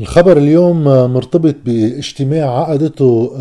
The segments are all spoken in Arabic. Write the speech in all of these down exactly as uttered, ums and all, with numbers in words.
الخبر اليوم مرتبط باجتماع عقدته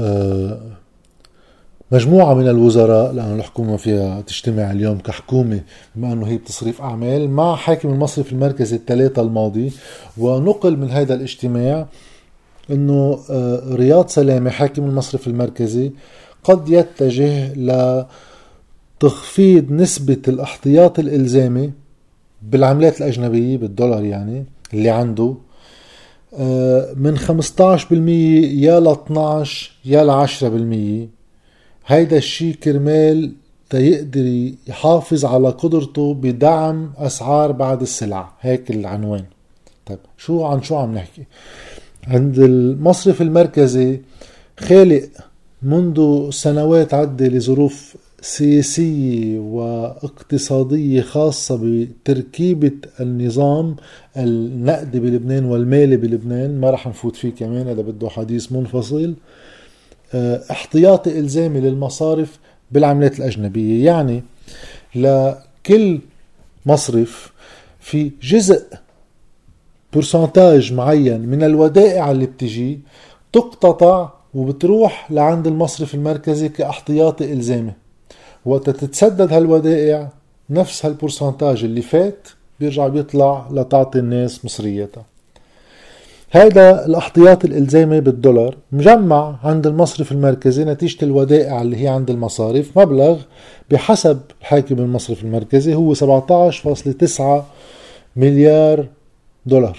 مجموعة من الوزراء، لأن الحكومة فيها تجتمع اليوم كحكومة بما أنه هي بتصريف أعمال، مع حاكم المصرف المركزي الثلاثة الماضي. ونقل من هذا الاجتماع أنه رياض سلامة حاكم المصرف المركزي قد يتجه لتخفيض نسبة الاحتياط الإلزامي بالعملات الأجنبية بالدولار يعني اللي عنده من خمسة عشر بالمية يا ل اثني عشر يا ل عشرة بالمية. هيدا الشيء كرمال تيقدر يحافظ على قدرته بدعم أسعار بعض السلع. هيك العنوان. طيب شو عن شو عم نحكي؟ عند المصرف المركزي خالق منذ سنوات عدة لظروف سياسية واقتصادية خاصة بتركيبة النظام النقدي بلبنان والمالي بلبنان، ما رح نفوت فيه كمان، هذا بده حديث منفصل. احتياطي إلزامي للمصارف بالعملات الأجنبية، يعني لكل مصرف في جزء برسنتاج معين من الودائع اللي بتجي تقتطع وبتروح لعند المصرف المركزي كاحتياطي إلزامي، وقت تتسدد هالودائع نفس هالبرسنتاج اللي فات بيرجع بيطلع لتعطي الناس مصرياتها. هذا الاحتياطي الإلزامي بالدولار مجمع عند المصرف المركزي نتيجة الودائع اللي هي عند المصارف مبلغ بحسب حاكم المصرف المركزي هو سبعة عشر فاصلة تسعة مليار دولار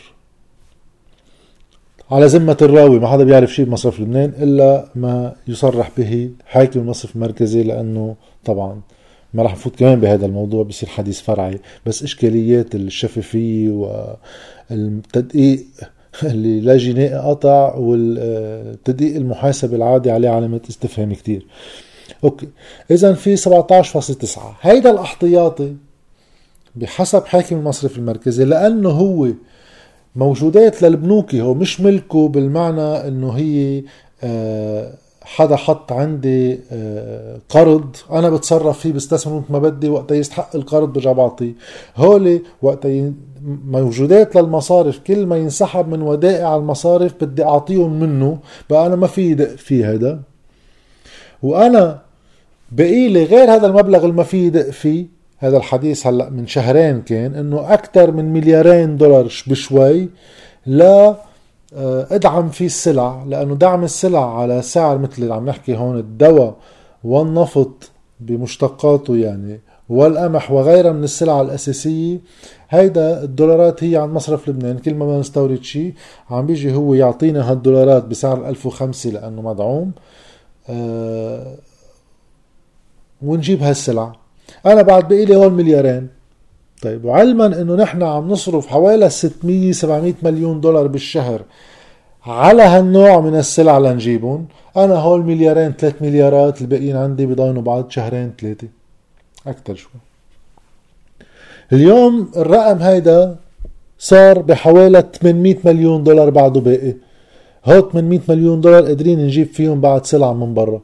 على ذمة الراوي. ما حدا بيعرف شيء بمصرف لبنان إلا ما يصرح به حاكم المصرف المركزي، لأنه طبعا ما راح نفوت كمان بهذا الموضوع، بصير حديث فرعي، بس إشكاليات الشفافية والتدقيق اللي لا جناء قطع والتدقيق المحاسب العادي عليه علامة استفهام كتير. أوكي، إذن في سبعة عشر فاصلة تسعة. هيدا الاحتياطي بحسب حاكم المصرف المركزي لأنه هو موجودات للبنوك، هو مش ملكه بالمعنى انه هي حدا حط عندي قرض انا بتصرف فيه بستثمر مثل ما بدي، وقت يستحق القرض برجع بعطيه. هولي وقت موجودات للمصارف كل ما ينسحب من ودائع المصارف بدي اعطيهم منه، بقى انا ما في دق فيه هذا، وانا بقيلي غير هذا المبلغ اللي ما في دق فيه. هذا الحديث هلأ من شهرين كان انه اكثر من مليارين دولار بشوي لا ادعم فيه السلع، لانه دعم السلع على سعر مثل اللي عم نحكي هون الدواء والنفط بمشتقاته يعني والقمح وغيرها من السلع الاساسية. هيدا الدولارات هي عن مصرف لبنان، كل ما نستورد شيء عم بيجي هو يعطينا هالدولارات بسعر ألف وخمسة لانه مدعوم أه ونجيب هالسلع. انا بعد بقي لي هون مليارين. طيب وعلما انه نحن عم نصرف حوالي ستمية سبعمية مليون دولار بالشهر على هالنوع من السلع لنجيبهم، انا هول مليارين ثلاث مليارات الباقيين عندي بضاينوا بعد شهرين ثلاثة اكتر شوي. اليوم الرقم هيدا صار بحوالي ثمانمية مليون دولار بعده باقي. هو ثمانمية مليون دولار قادرين نجيب فيهم بعد سلع من برا.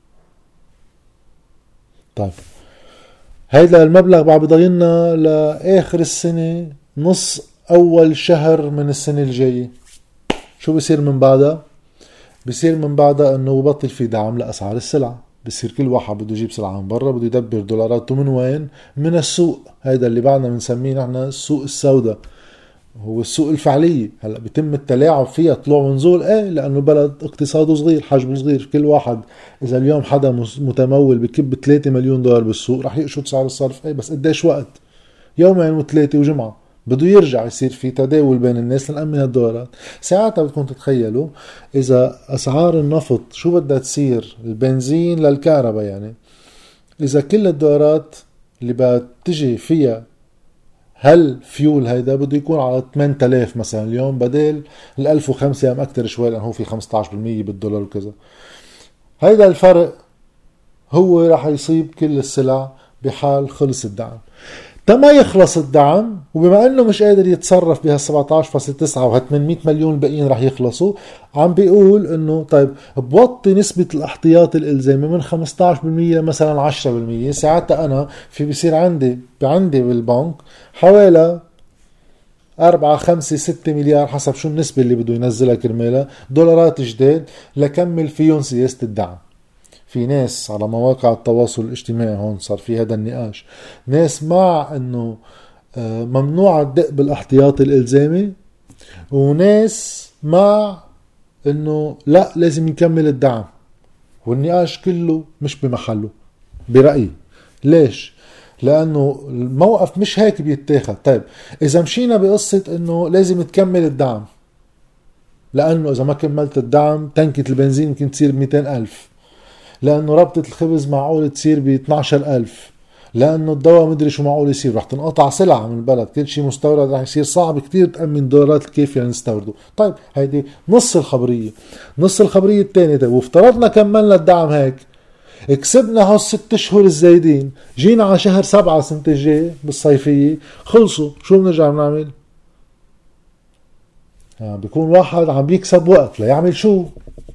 طيب هيدا المبلغ بعد بضايلنا لآخر السنة، نص أول شهر من السنة الجاية. شو بصير من بعدها؟ بصير من بعدها أنه ببطل في دعم لأسعار السلع. بصير كل واحد بده يجيب سلعة من برا، بده يدبر دولاراته من وين؟ من السوق. هيدا اللي بعدنا بنسميه نحن السوق السوداء، هو السوق الفعلية. هلا بيتم التلاعب فيها طلوع ونزول، ايه لانه بلد اقتصاده صغير، حجمه صغير. كل واحد اذا اليوم حدا متمول بكب ثلاثة مليون دولار بالسوق رح يقشط سعر الصرف، ايه بس قديش وقت؟ يومين وثلاثة وجمعة بده يرجع يصير في تداول بين الناس لنأمن هالدولارات. ساعتها بدكم تتخيلوا اذا اسعار النفط شو بدها تصير، البنزين للكهرباء يعني، اذا كل الدولارات اللي بتجي فيها هل فيول هيدا بده يكون على ثمانية آلاف مثلا اليوم بدل ال ألف وخمسة، ام اكتر شوي لانه هو في خمسة عشر بالمية بالدولار وكذا. هيدا الفرق هو رح يصيب كل السلع بحال خلص الدعم. تما يخلص الدعم، وبما انه مش قادر يتصرف بها سبعة عشر فاصلة تسعة وه ثمانمية مليون الباقيين رح يخلصوا، عم بيقول انه طيب بوطي نسبة الاحتياط الالزامي من خمسة عشر بالمية مثلا عشرة بالمية. ساعتها انا في بيصير عندي عندي بالبنك حوالي أربعة خمسة ستة مليار حسب شو النسبة اللي بده ينزلها كرمالها دولارات جداد لكمل فيهم سياسة الدعم. في ناس على مواقع التواصل الاجتماعي هون صار في هذا النقاش، ناس مع انه ممنوع الدق بالاحتياطي الالزامي، وناس مع انه لا لازم يكمل الدعم، والنقاش كله مش بمحله برأيي. ليش؟ لانه الموقف مش هيك بيتاخد. طيب اذا مشينا بقصة انه لازم تكمل الدعم، لانه اذا ما كملت الدعم تنكة البنزين يمكن تصير بمئتين الف، لانه ربطة الخبز معقول تصير باثناشر الف، لانه الدواء مدري شو معقول يصير، رح تنقطع سلعة من البلد، كل شيء مستورد رح يصير صعب كتير تأمن الدولارات الكافية لنستورده. طيب هيدي نص الخبرية. نص الخبرية الثانية، طيب وافترضنا كملنا الدعم هيك، كسبنا هالست اشهر الزايدين، جينا على شهر سبعة سنة الجاي بالصيفية خلصوا، شو بنرجع بنعمل؟ يعني بيكون واحد عم بيكسب وقت ليعمل شو؟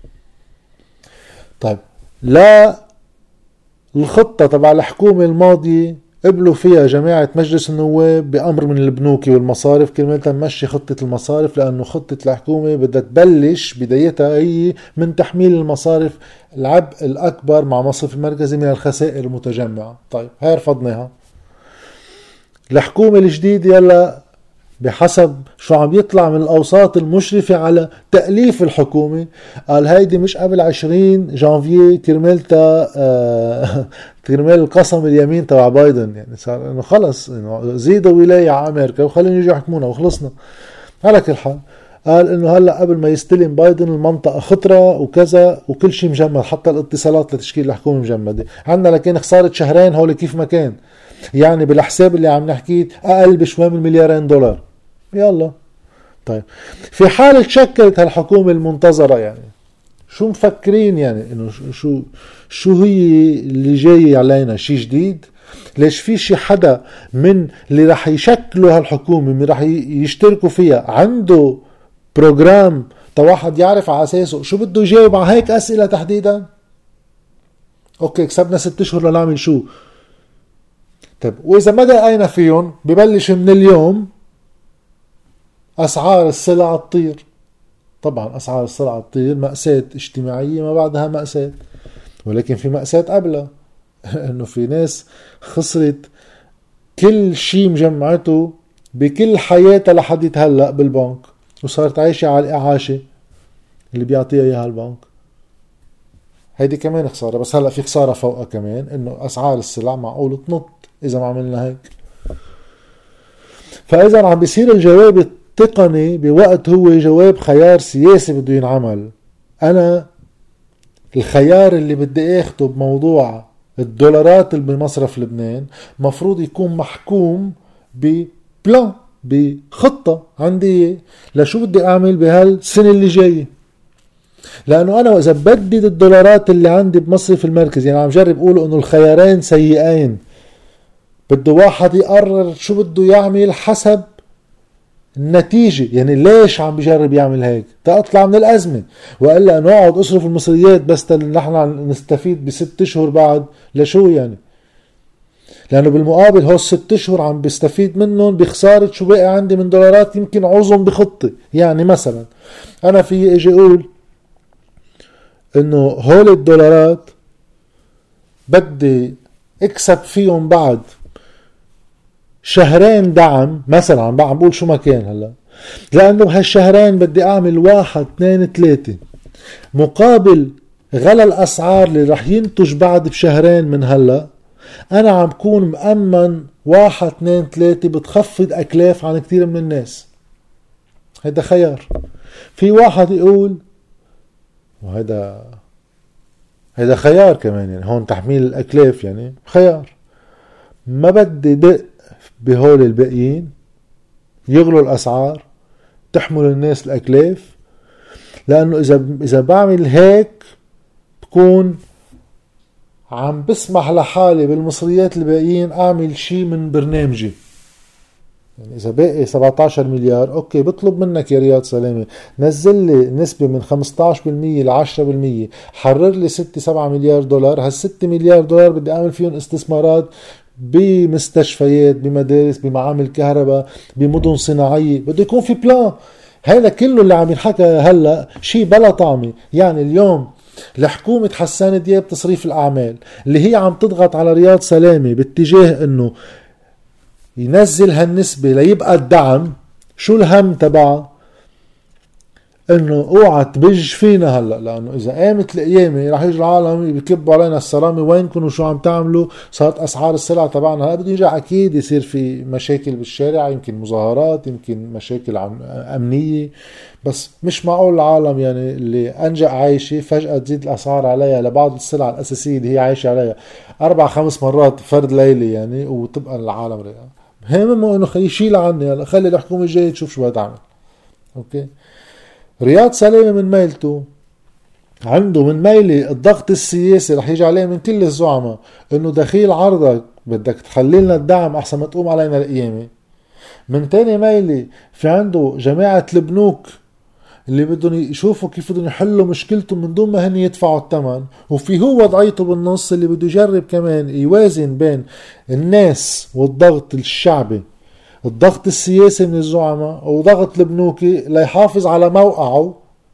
طيب لا الخطة تبع الحكومة الماضية قبلوا فيها جماعة مجلس النواب بأمر من البنوك والمصارف كرمال تمشي خطة المصارف، لأنه خطة الحكومة بدها تبلش بدايتها هي من تحميل المصارف العبء الأكبر مع مصرف المركزي من الخسائر المتجمعة. طيب هاي رفضناها. الحكومة الجديدة يلا بحسب شو عم يطلع من الأوساط المشرفة على تأليف الحكومة، قال هيدي مش قبل عشرين جانفيي كرمالتا آه كرمال القسم اليمين تبع بايدن، يعني صار انه خلص انه زيدوا ولاية على امريكا وخلينا يجوا يحكمونا وخلصنا. على كل حال قال انه هلا قبل ما يستلم بايدن المنطقة خطرة وكذا وكل شيء مجمد، حتى الاتصالات لتشكيل الحكومة مجمدة عندنا، لكن خسارة شهرين هول كيف ما كان، يعني بالحساب اللي عم نحكيه اقل بشوي من مليارين دولار. يلا طيب في حال تشكلت هالحكومة المنتظرة، يعني شو مفكرين؟ يعني انه شو شو هي اللي جاي علينا؟ شيء جديد؟ ليش في شي حدا من اللي رح يشكلوا هالحكومة من رح يشتركوا فيها عنده بروجرام تواحد يعرف على اساسه شو بده يجاوب على هيك اسئلة تحديدا؟ اوكي كسبنا ست اشهر لنعمل شو؟ طيب واذا ما دقينا فيهم ببلش من اليوم أسعار السلع تطير. طبعا أسعار السلع تطير مأساة اجتماعية ما بعدها مأساة، ولكن في مأساة قبلها إنه في ناس خسرت كل شيء مجمعته بكل حياتها لحد هلأ بالبنك، وصارت عايشة على الإعاشة اللي بيعطيها إياها البنك. هيدي كمان خسارة، بس هلأ في خسارة فوقها كمان إنه أسعار السلع معقول تنط إذا ما عملنا هيك. فإذا عم بيصير الجواب تقني بوقت هو جواب خيار سياسي بده ينعمل. أنا الخيار اللي بدي اخده بموضوع الدولارات اللي بمصرف لبنان مفروض يكون محكوم ببلان، بخطة عندي لشو بدي اعمل بهالسنة اللي جاية. لانه انا واذا بدد الدولارات اللي عندي بمصرف المركز، يعني عم جرب اقوله انه الخيارين سيئين، بده واحد يقرر شو بده يعمل حسب النتيجة. يعني ليش عم بجرب يعمل هيك؟ تأطلع من الأزمة، وإلا أنه أقعد أصرف المصريات بس نحن نستفيد بست اشهر بعد لشو يعني؟ لأنه بالمقابل هو الست اشهر عم بستفيد منهم بخسارة شو بقى عندي من دولارات يمكن عوزهم بخطة. يعني مثلا أنا في اجي أقول إنه هول الدولارات بدي اكسب فيهم بعد شهرين دعم مثلا، عم بقول شو ما كان هلا، لانه بهالشهرين بدي اعمل واحد اثنين ثلاثة مقابل غلا الاسعار اللي رح ينتج بعد بشهرين من هلا، انا عم بكون مأمن واحد اثنين ثلاثة بتخفض اكلاف عن كثير من الناس. هيدا خيار. في واحد يقول وهيدا هيدا خيار كمان، يعني هون تحميل الاكلاف يعني خيار، ما بدي دق بهول الباقيين يغلوا الاسعار تحمل الناس الاكلاف، لانه اذا اذا بعمل هيك بكون عم بسمح لحالي بالمصريات الباقيين اعمل شيء من برنامجي. يعني اذا باقي سبعة عشر مليار اوكي بطلب منك يا رياض سلامة نزل لي نسبة من خمسة عشر بالمية ل عشرة بالمية، حرر لي ستة سبعة مليار دولار. هالستة مليار دولار بدي اعمل فيهم استثمارات بمستشفيات، بمدارس، بمعامل كهرباء، بمدن صناعية. بده يكون في بلان. هذا كله اللي عم ينحكى هلا شيء بلا طعمه. يعني اليوم لحكومة حسان دياب تصريف الأعمال اللي هي عم تضغط على رياض سلامة باتجاه انه ينزل هالنسبة ليبقى الدعم، شو الهم تبعه؟ انه اوعى تبج فينا هلا، لانه اذا قامت القيامه راح يجي العالم بكبوا علينا السرامه، وينكم وشو عم تعملوا؟ صارت اسعار السلع تبعنا هلا بده يرجع اكيد يصير في مشاكل بالشارع، يمكن مظاهرات، يمكن مشاكل عم امنيه. بس مش معقول العالم يعني اللي انجأ عايشه فجاه تزيد الاسعار عليها لبعض السلع الاساسيه اللي هي عايشه عليها اربع خمس مرات فرد ليلي يعني، وتبقى العالم رئة. همه انه خلي يشيل عني هلا، خلي الحكومه الجايه تشوف شو بدها تعمل. اوكي. رياض سلامة من ميلته عنده من ميلة الضغط السياسي رح يجي عليه من كل الزعماء انه دخيل عرضك بدك تخلي لنا الدعم احسن ما تقوم علينا القيامة. من تاني ميلة في عنده جماعة البنوك اللي بدهم يشوفوا كيف بدهم يحلوا مشكلتهم من دون ما هن يدفعوا الثمن، وفي هو وضعيته بالنص اللي بده يجرب كمان يوازن بين الناس والضغط الشعبي، الضغط السياسي من الزعماء وضغط البنوكي ليحافظ على موقعه،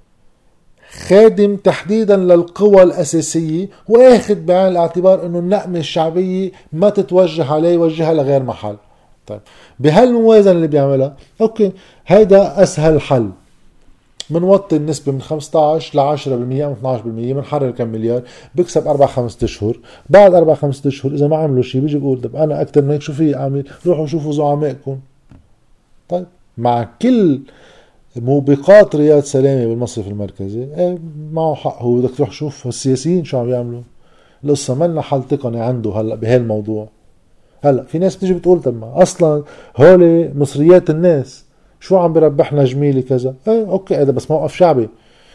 خادم تحديدا للقوى الأساسية، واخد بعين الاعتبار انه النقمة الشعبية ما تتوجه عليه، يوجهها لغير محل. طيب بهالموازنة اللي بيعملها اوكي هيدا اسهل حل. منوطي النسبة من خمسة عشر ل عشرة بالمية او اثني عشر بالمية، منحرر كم مليار، بكسب اربع خمسة اشهر. بعد اربع خمسة اشهر اذا ما عملوا شيء بيجي بقول طب انا اكثر من هيك شو في اعمل؟ روحوا شوفوا زعمائكم. طيب مع كل موبقات رياض سلامة بالمصرف المركزي ايه معه حق، هو بدك تروح شوف السياسيين شو عم يعملوا. القصة مالنا حل تقني عنده هلا بهالموضوع. هلا في ناس بتيجي بتقول طب ما اصلا هولي مصريات الناس، شو عم بربحنا جميلة كذا. ايه اوكي هذا بس موقف شعبي.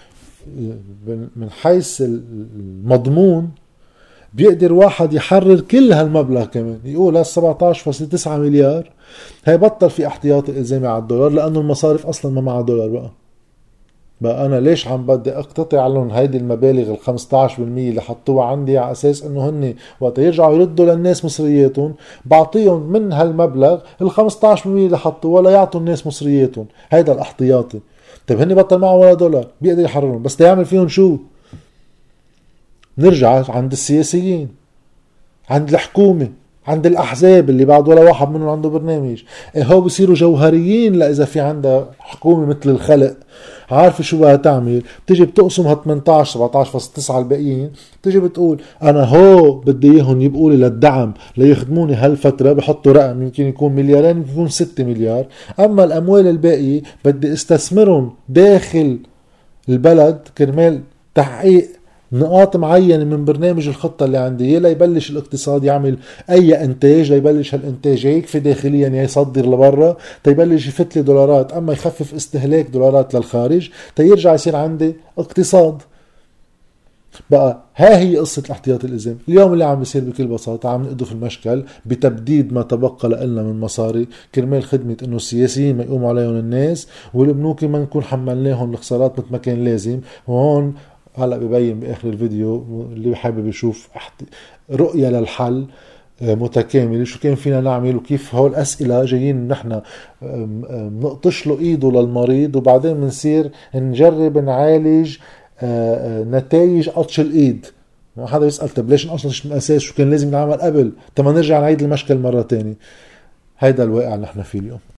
من حيث المضمون بيقدر واحد يحرر كل هالمبلغ كمان، يقول هال سبعة عشر فاصلة تسعة مليار هي بطل في احتياطي الزامي على الدولار، لانه المصارف اصلا ما معها دولار. بقى بقى انا ليش عم بدي اقتطع لهم هيدي المبالغ ال خمسة عشر بالمية اللي حطوها عندي على اساس انه هن وقت يرجعوا يردوا للناس مصرياتهم بعطيهم من هالمبلغ ال خمسة عشر بالمية اللي حطوها ولا يعطوا الناس مصرياتهم. هيدا الاحتياطي. طيب هن بطل معهم ولا دولار، بيقدر يحررهم، بس يعمل فيهم شو؟ نرجع عند السياسيين، عند الحكومة، عند الأحزاب اللي بعد ولا واحد منهم عنده برنامج. إيه هو بيصيروا جوهريين. لا إذا في عندها حكومة مثل الخلق عارفة شو بدها تعمل، بتجي بتقسم ها ثمانية عشر سبعة عشر فاصلة تسعة الباقيين، بتجي بتقول أنا هو بدي إياهم يبقوا لي للدعم ليخدموني هالفترة، بحطوا رقم يمكن يكون مليارين يمكن يكون ستة مليار، أما الأموال الباقية بدي استثمرهم داخل البلد كرمال تحقيق نقاط معينة من برنامج الخطة اللي عندي، ليبلش الاقتصاد يعمل أي إنتاج، ليبلش هالإنتاج يكفي داخليا يصدر لبرا تيبلش يفت لي دولارات، أما يخفف استهلاك دولارات للخارج تيرجع يصير عندي اقتصاد. بقى ها هي قصة الاحتياطي الإلزامي. اليوم اللي عم بيصير بكل بساطة عم نقدو في المشكل بتبديد ما تبقى لنا من مصاري كرمال خدمة انه السياسيين ما يقوموا عليهم الناس، والبنوك ما نكون حملناهم الخسارات مثل ما كان لازم. وهون هلا ببين باخر الفيديو اللي حابب يشوف رؤية للحل متكامل شو كان فينا نعمل، وكيف هول الأسئلة جايين نحن نقطش له ايده للمريض، وبعدين بنصير نجرب نعالج نتائج قطش الايد. ما حدا يسأل طب ليش نقصش من الاساس شو كان لازم نعمل قبل، تما نرجع نعيد المشكل مرة تاني. هيدا الواقع اللي نحن فيه اليوم.